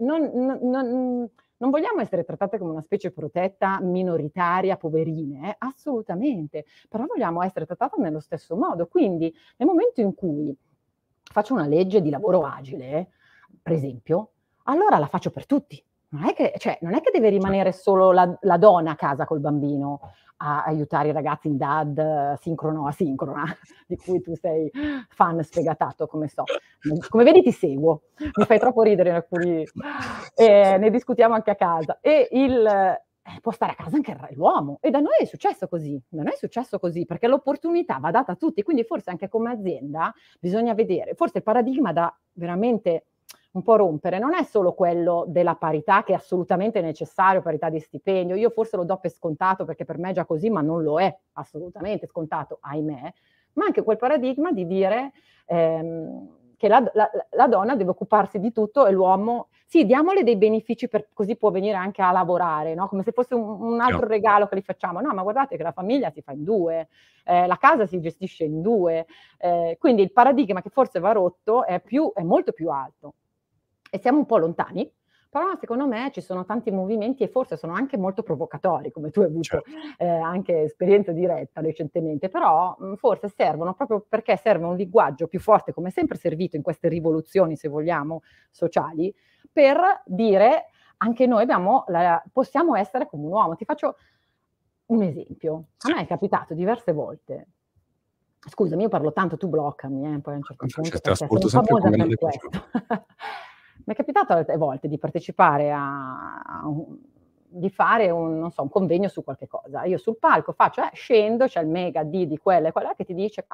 non vogliamo essere trattate come una specie protetta, minoritaria, poverine, assolutamente, però vogliamo essere trattate nello stesso modo. Quindi nel momento in cui faccio una legge di lavoro agile, per esempio, allora la faccio per tutti. Non è che deve rimanere solo la donna a casa col bambino a aiutare i ragazzi in DAD sincrono-asincrona, di cui tu sei fan sfegatato, come so. Come vedi ti seguo, mi fai troppo ridere in alcuni, ne discutiamo anche a casa. E può stare a casa anche l'uomo. E da noi è successo così, perché l'opportunità va data a tutti, quindi forse anche come azienda bisogna vedere, forse il paradigma da veramente un po' rompere non è solo quello della parità, che è assolutamente necessario, parità di stipendio, io forse lo do per scontato perché per me è già così, ma non lo è assolutamente scontato, ahimè, ma anche quel paradigma di dire che la donna deve occuparsi di tutto e l'uomo, sì, diamole dei benefici così può venire anche a lavorare, no? Come se fosse un altro regalo che gli facciamo. No, ma guardate che la famiglia si fa in due, la casa si gestisce in due, quindi il paradigma che forse va rotto è molto più alto. E siamo un po' lontani, però secondo me ci sono tanti movimenti e forse sono anche molto provocatori, come tu hai avuto anche esperienza diretta recentemente, però forse servono proprio perché serve un linguaggio più forte, come è sempre servito in queste rivoluzioni, se vogliamo, sociali, per dire anche noi possiamo essere come un uomo. Ti faccio un esempio. A me è capitato diverse volte. Scusami, io parlo tanto, tu bloccami, poi a un certo punto, perché sono famosa per questo. Mi è capitato a volte di partecipare di fare un convegno su qualche cosa. Io sul palco scendo, c'è il mega D di quella e quella che ti dice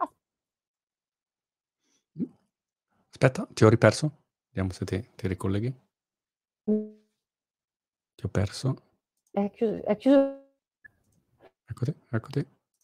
Aspetta, ti ho riperso? Vediamo se ti ricolleghi. Ti ho perso. È chiuso. Eccoti.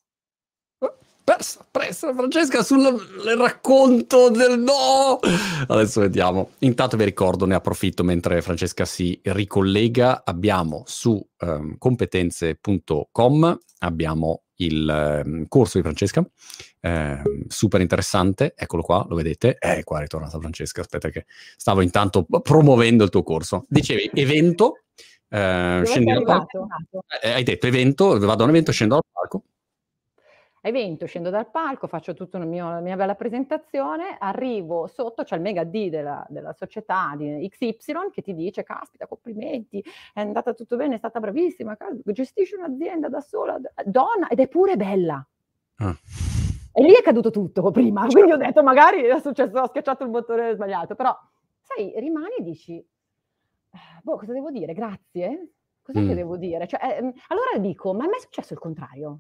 Persa Francesca sul racconto del no. Adesso vediamo. Intanto vi ricordo, ne approfitto mentre Francesca si ricollega, abbiamo su competenze.com abbiamo il corso di Francesca, super interessante, eccolo qua, lo vedete, qua è ritornata Francesca, aspetta che stavo intanto promuovendo il tuo corso. Dicevi evento, scendi dal palco, hai detto evento, vado a un evento, scendo dal palco. Evento, scendo dal palco, faccio tutta la mia bella presentazione, arrivo sotto, c'è il mega D della società di XY che ti dice: caspita, complimenti, è andata tutto bene, è stata bravissima, gestisce un'azienda da sola, donna, ed è pure bella. E lì è caduto tutto prima, quindi ho detto magari è successo, ho schiacciato il bottone sbagliato, però sai, rimani e dici, cosa devo dire? Grazie? Cos'è che devo dire? Cioè, allora dico, ma a me è successo il contrario?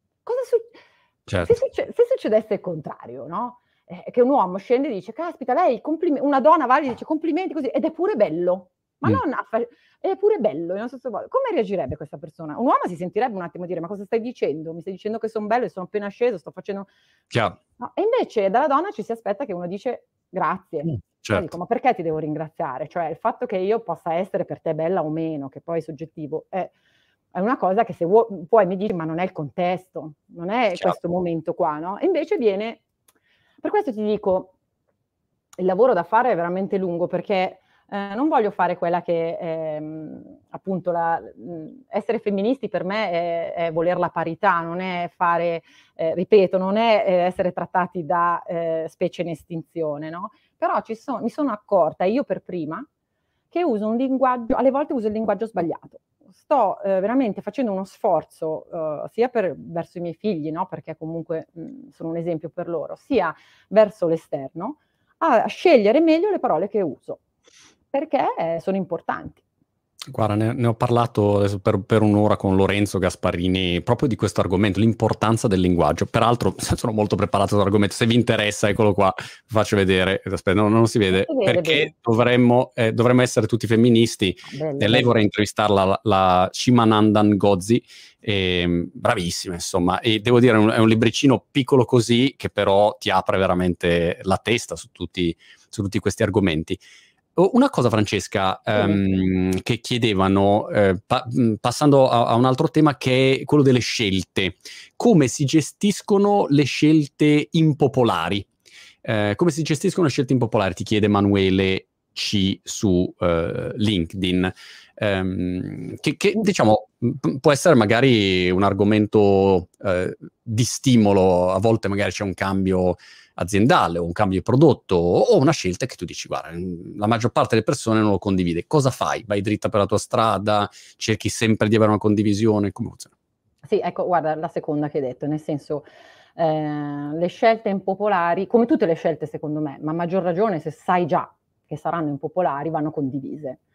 Certo. Se succedesse il contrario, no? Che un uomo scende e dice: caspita, lei una donna va e dice complimenti così, ed è pure bello, ma non è pure bello in un senso, come reagirebbe questa persona? Un uomo si sentirebbe un attimo dire: ma cosa stai dicendo? Mi stai dicendo che sono bello e sono appena sceso, sto facendo. Chiaro. No, e invece dalla donna ci si aspetta che uno dice grazie. Certo. Dico, ma perché ti devo ringraziare? Cioè il fatto che io possa essere per te bella o meno, che poi è soggettivo, è una cosa che se poi mi dici, ma non è il contesto, non è questo momento qua, no? E invece viene, per questo ti dico, il lavoro da fare è veramente lungo, perché non voglio fare quella che appunto essere femministi per me è voler la parità, non è fare, ripeto, non è essere trattati da specie in estinzione, no? Però mi sono accorta, io per prima, che uso un linguaggio, alle volte uso il linguaggio sbagliato. Sto veramente facendo uno sforzo sia verso i miei figli, no? Perché comunque sono un esempio per loro, sia verso l'esterno, a scegliere meglio le parole che uso, perché sono importanti. Guarda, ne ho parlato adesso per un'ora con Lorenzo Gasparini proprio di questo argomento, l'importanza del linguaggio. Peraltro sono molto preparato sull'argomento, se vi interessa, eccolo qua, vi faccio vedere. Aspetta, non si vede, perché dovremmo essere tutti femministi. Lei vorrei intervistarla, la Shimanandan Ngozi, bravissima insomma, e devo dire è un libricino piccolo così che però ti apre veramente la testa su tutti questi argomenti. Una cosa, Francesca, che chiedevano, passando a un altro tema, che è quello delle scelte. Come si gestiscono le scelte impopolari? Come si gestiscono le scelte impopolari? Ti chiede Emanuele C su LinkedIn. Che diciamo può essere magari un argomento di stimolo, a volte magari c'è un cambio aziendale o un cambio di prodotto o una scelta che tu dici, guarda, la maggior parte delle persone non lo condivide. Cosa fai? Vai dritta per la tua strada? Cerchi sempre di avere una condivisione? Come funziona? Sì, ecco, guarda, la seconda che hai detto, nel senso, le scelte impopolari, come tutte le scelte secondo me, ma a maggior ragione se sai già che saranno impopolari, vanno condivise.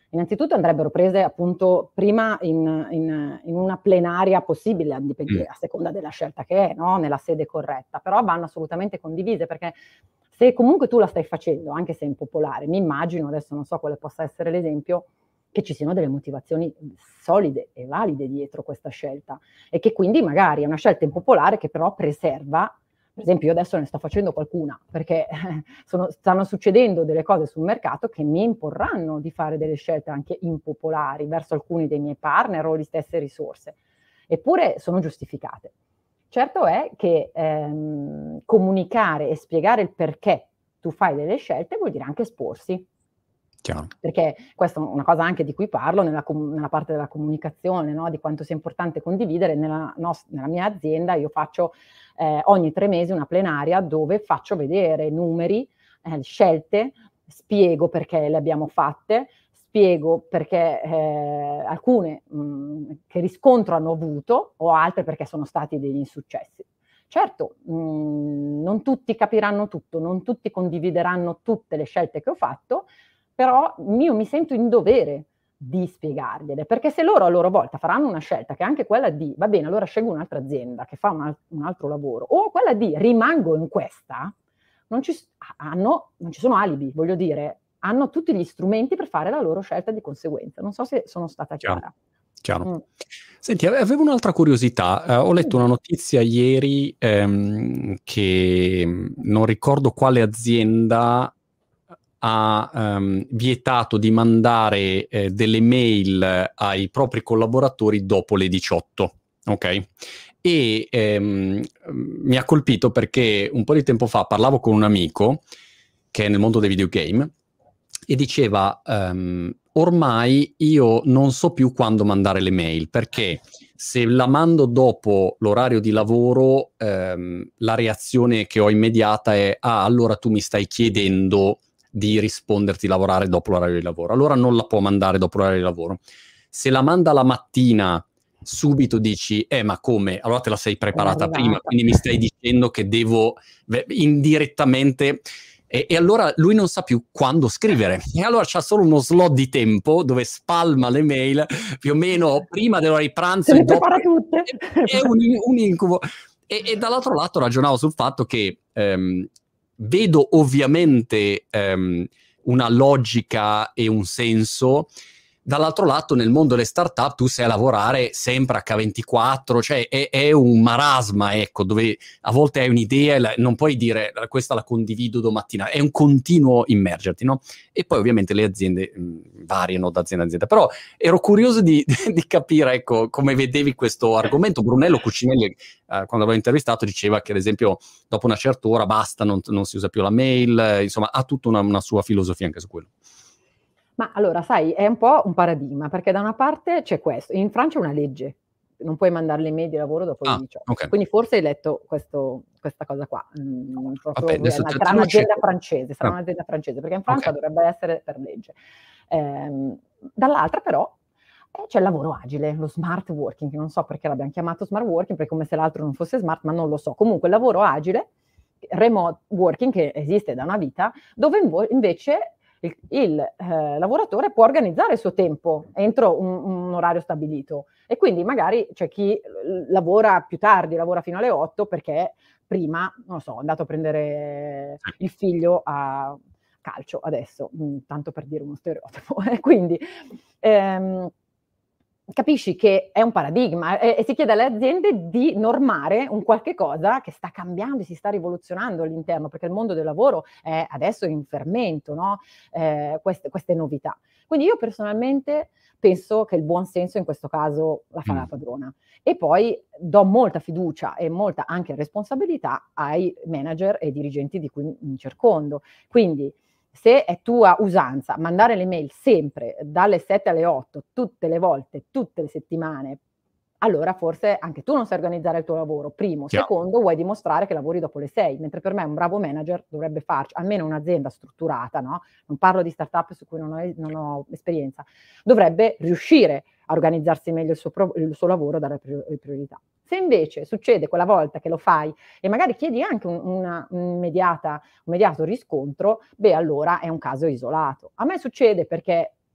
Innanzitutto andrebbero prese appunto prima in una plenaria possibile, a seconda della scelta che è, no? Nella sede corretta, però vanno assolutamente condivise, perché se comunque tu la stai facendo, anche se è impopolare, mi immagino, adesso non so quale possa essere l'esempio, che ci siano delle motivazioni solide e valide dietro questa scelta, e che quindi magari è una scelta impopolare che però preserva. Per esempio, io adesso ne sto facendo qualcuna, perché stanno succedendo delle cose sul mercato che mi imporranno di fare delle scelte anche impopolari verso alcuni dei miei partner o le stesse risorse, eppure sono giustificate. Certo è che comunicare e spiegare il perché tu fai delle scelte vuol dire anche esporsi. Chiaro. Perché questa è una cosa anche di cui parlo nella parte della comunicazione, no? Di quanto sia importante condividere. Nella mia azienda io faccio ogni 3 mesi una plenaria dove faccio vedere numeri, scelte, spiego perché le abbiamo fatte, spiego perché alcune che riscontro hanno avuto, o altre perché sono stati degli insuccessi. Certo, non tutti capiranno tutto, non tutti condivideranno tutte le scelte che ho fatto, però io mi sento in dovere di spiegargliele, perché se loro a loro volta faranno una scelta che è anche quella di, va bene, allora scelgo un'altra azienda che fa un altro lavoro, o quella di rimango in questa, non ci sono alibi, voglio dire, hanno tutti gli strumenti per fare la loro scelta di conseguenza. Non so se sono stata chiara. Chiaro. Senti, avevo un'altra curiosità. Ho letto una notizia ieri che non ricordo quale azienda ha vietato di mandare delle mail ai propri collaboratori dopo le 18, ok? E mi ha colpito perché un po' di tempo fa parlavo con un amico che è nel mondo dei videogame e diceva ormai io non so più quando mandare le mail, perché se la mando dopo l'orario di lavoro la reazione che ho immediata è allora tu mi stai chiedendo di risponderti lavorare dopo l'orario di lavoro, allora non la può mandare dopo l'orario di lavoro. Se la manda la mattina subito dici ma come? Allora te la sei preparata prima, quindi mi stai dicendo che devo indirettamente... E allora lui non sa più quando scrivere, e allora c'ha solo uno slot di tempo dove spalma le mail più o meno prima dell'ora di pranzo e dopo. Tutte. È un incubo. E dall'altro lato ragionavo sul fatto che vedo ovviamente una logica e un senso. Dall'altro lato, nel mondo delle startup, tu sei a lavorare sempre H24, cioè è un marasma, ecco, dove a volte hai un'idea e non puoi dire questa la condivido domattina, è un continuo immergerti, no? E poi ovviamente le aziende variano da azienda a azienda, però ero curioso di capire, ecco, come vedevi questo argomento. Brunello Cucinelli, quando l'avevo intervistato, diceva che ad esempio dopo una certa ora basta, non si usa più la mail, insomma ha tutta una sua filosofia anche su quello. Ma allora, sai, è un po' un paradigma, perché da una parte c'è questo. In Francia è una legge, non puoi mandare le mail di lavoro dopo le 18. Okay. Quindi forse hai letto questa cosa qua. Vabbè, sarà un'azienda francese, perché in Francia dovrebbe essere per legge. Dall'altra però c'è il lavoro agile, lo smart working, che non so perché l'abbiamo chiamato smart working, perché come se l'altro non fosse smart, ma non lo so. Comunque il lavoro agile, remote working, che esiste da una vita, dove invece il lavoratore può organizzare il suo tempo entro un orario stabilito, e quindi magari c'è chi lavora più tardi, lavora fino alle 8 perché prima, non lo so, è andato a prendere il figlio a calcio adesso, tanto per dire uno stereotipo. Quindi capisci che è un paradigma e si chiede alle aziende di normare un qualche cosa che sta cambiando e si sta rivoluzionando all'interno, perché il mondo del lavoro è adesso in fermento, no? Queste novità. Quindi io personalmente penso che il buon senso in questo caso la fa la padrona, e poi do molta fiducia e molta anche responsabilità ai manager e dirigenti di cui mi circondo. Quindi se è tua usanza mandare le mail sempre dalle 7 alle 8, tutte le volte, tutte le settimane, allora forse anche tu non sai organizzare il tuo lavoro, primo. Secondo, vuoi dimostrare che lavori dopo le 6, mentre per me un bravo manager dovrebbe farci, almeno un'azienda strutturata, no? Non parlo di startup su cui non ho esperienza, dovrebbe riuscire a organizzarsi meglio il suo lavoro, dare priorità. Se invece succede quella volta che lo fai e magari chiedi anche un immediato riscontro, allora è un caso isolato. A me succede perché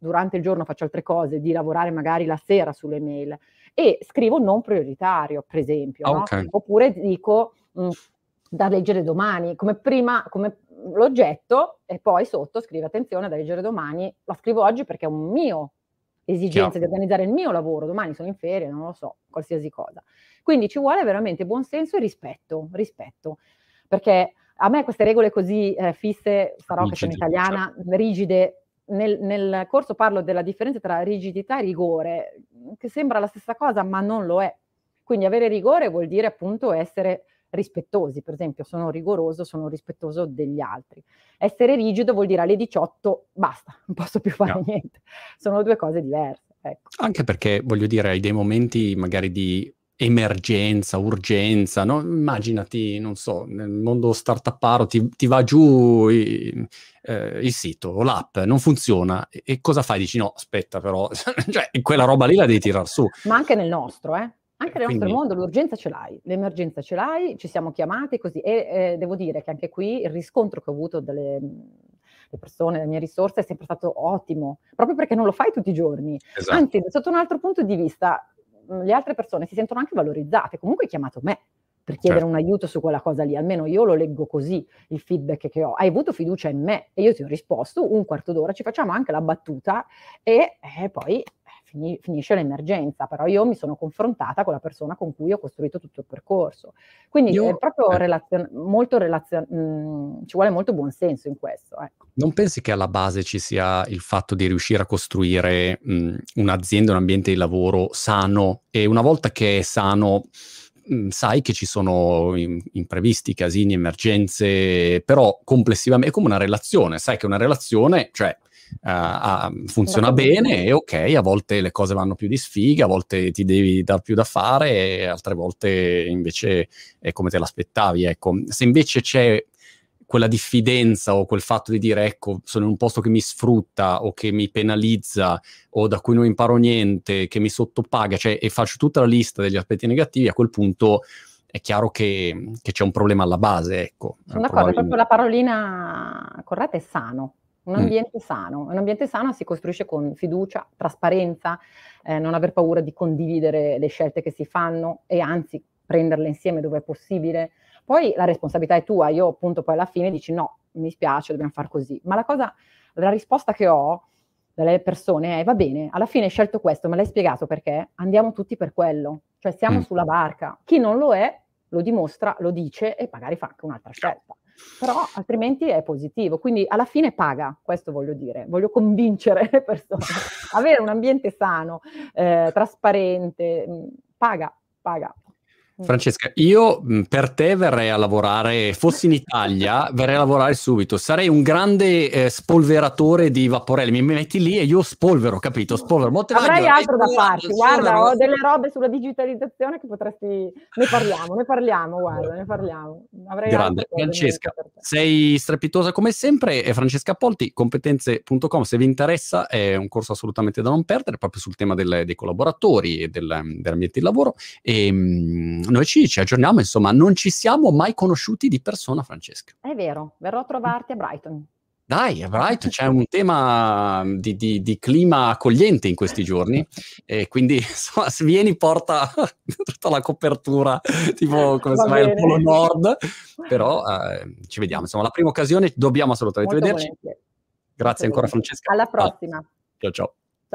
durante il giorno faccio altre cose, di lavorare magari la sera sulle mail, e scrivo non prioritario, per esempio, no? Ok. Oppure dico da leggere domani, come l'oggetto, e poi sotto scrivo attenzione da leggere domani, la scrivo oggi perché è un mio esigenza Chiaro. di organizzare il mio lavoro, domani sono in ferie, non lo so, qualsiasi cosa. Quindi ci vuole veramente buon senso e rispetto, perché a me queste regole così fisse, sarò che sono Rigide, italiana, rigide, nel corso parlo della differenza tra rigidità e rigore, che sembra la stessa cosa, ma non lo è. Quindi avere rigore vuol dire appunto essere rispettosi, per esempio sono rigoroso, sono rispettoso degli altri. Essere rigido vuol dire alle 18 basta, non posso più fare niente. Sono due cose diverse, ecco. Anche perché, voglio dire, hai dei momenti magari di emergenza, urgenza, no? Immaginati, non so, nel mondo startuparo ti va giù il sito o l'app, non funziona, e cosa fai? Dici no, aspetta però, cioè quella roba lì la devi tirar su. Ma anche nel nostro, Anche nel nostro Quindi, mondo l'urgenza ce l'hai, l'emergenza ce l'hai, ci siamo chiamati così, e devo dire che anche qui il riscontro che ho avuto dalle persone, dalle mie risorse, è sempre stato ottimo, proprio perché non lo fai tutti i giorni. esatto. Anzi, sotto un altro punto di vista, le altre persone si sentono anche valorizzate. Comunque hai chiamato me per chiedere un aiuto su quella cosa lì, almeno io lo leggo così, il feedback che ho. Hai avuto fiducia in me e io ti ho risposto, un quarto d'ora, ci facciamo anche la battuta e poi finisce l'emergenza, però io mi sono confrontata con la persona con cui ho costruito tutto il percorso. Quindi è proprio ci vuole molto buon senso in questo. Ecco. Non pensi che alla base ci sia il fatto di riuscire a costruire un'azienda, un ambiente di lavoro sano, e una volta che è sano sai che ci sono imprevisti, casini, emergenze, però complessivamente è come una relazione, sai che una relazione, cioè funziona bene e ok, a volte le cose vanno più di sfiga, a volte ti devi dar più da fare e altre volte invece è come te l'aspettavi, ecco. Se invece c'è quella diffidenza o quel fatto di dire ecco, sono in un posto che mi sfrutta o che mi penalizza o da cui non imparo niente, che mi sottopaga, cioè, e faccio tutta la lista degli aspetti negativi, a quel punto è chiaro che c'è un problema alla base, ecco. Sono d'accordo, proprio la parolina corretta è sano. Un ambiente sano. Un ambiente sano si costruisce con fiducia, trasparenza, non aver paura di condividere le scelte che si fanno e anzi prenderle insieme dove è possibile. Poi la responsabilità è tua, io appunto poi alla fine dici no, mi spiace, dobbiamo far così. Ma la risposta che ho dalle persone è va bene, alla fine hai scelto questo, me l'hai spiegato perché? Andiamo tutti per quello. Cioè siamo sulla barca. Chi non lo è, lo dimostra, lo dice e magari fa anche un'altra scelta. Però altrimenti è positivo, quindi alla fine paga, questo voglio dire, voglio convincere le persone, avere un ambiente sano, trasparente, paga. Francesca, io per te verrei a lavorare, fossi in Italia, verrei a lavorare subito. Sarei un grande spolveratore di vaporelle. Mi metti lì e io spolvero, capito? Spolvero. Avrei altro da farti. Guarda, ho delle robe sulla digitalizzazione che potresti... Ne parliamo, guarda, ne parliamo. Avrei grande. Francesca, sei strepitosa come sempre. E Francesca Polti, competenze.com, se vi interessa, è un corso assolutamente da non perdere, proprio sul tema dei collaboratori e dell'ambiente di lavoro. E noi ci aggiorniamo, insomma, non ci siamo mai conosciuti di persona, Francesca. È vero, verrò a trovarti a Brighton. Dai, a Brighton c'è un tema di clima accogliente in questi giorni, e quindi insomma, se vieni porta tutta la copertura, tipo come si chiama il Polo Nord, però ci vediamo, insomma, la prima occasione dobbiamo assolutamente vederci. Grazie ancora Francesca. Alla prossima. Ciao ciao.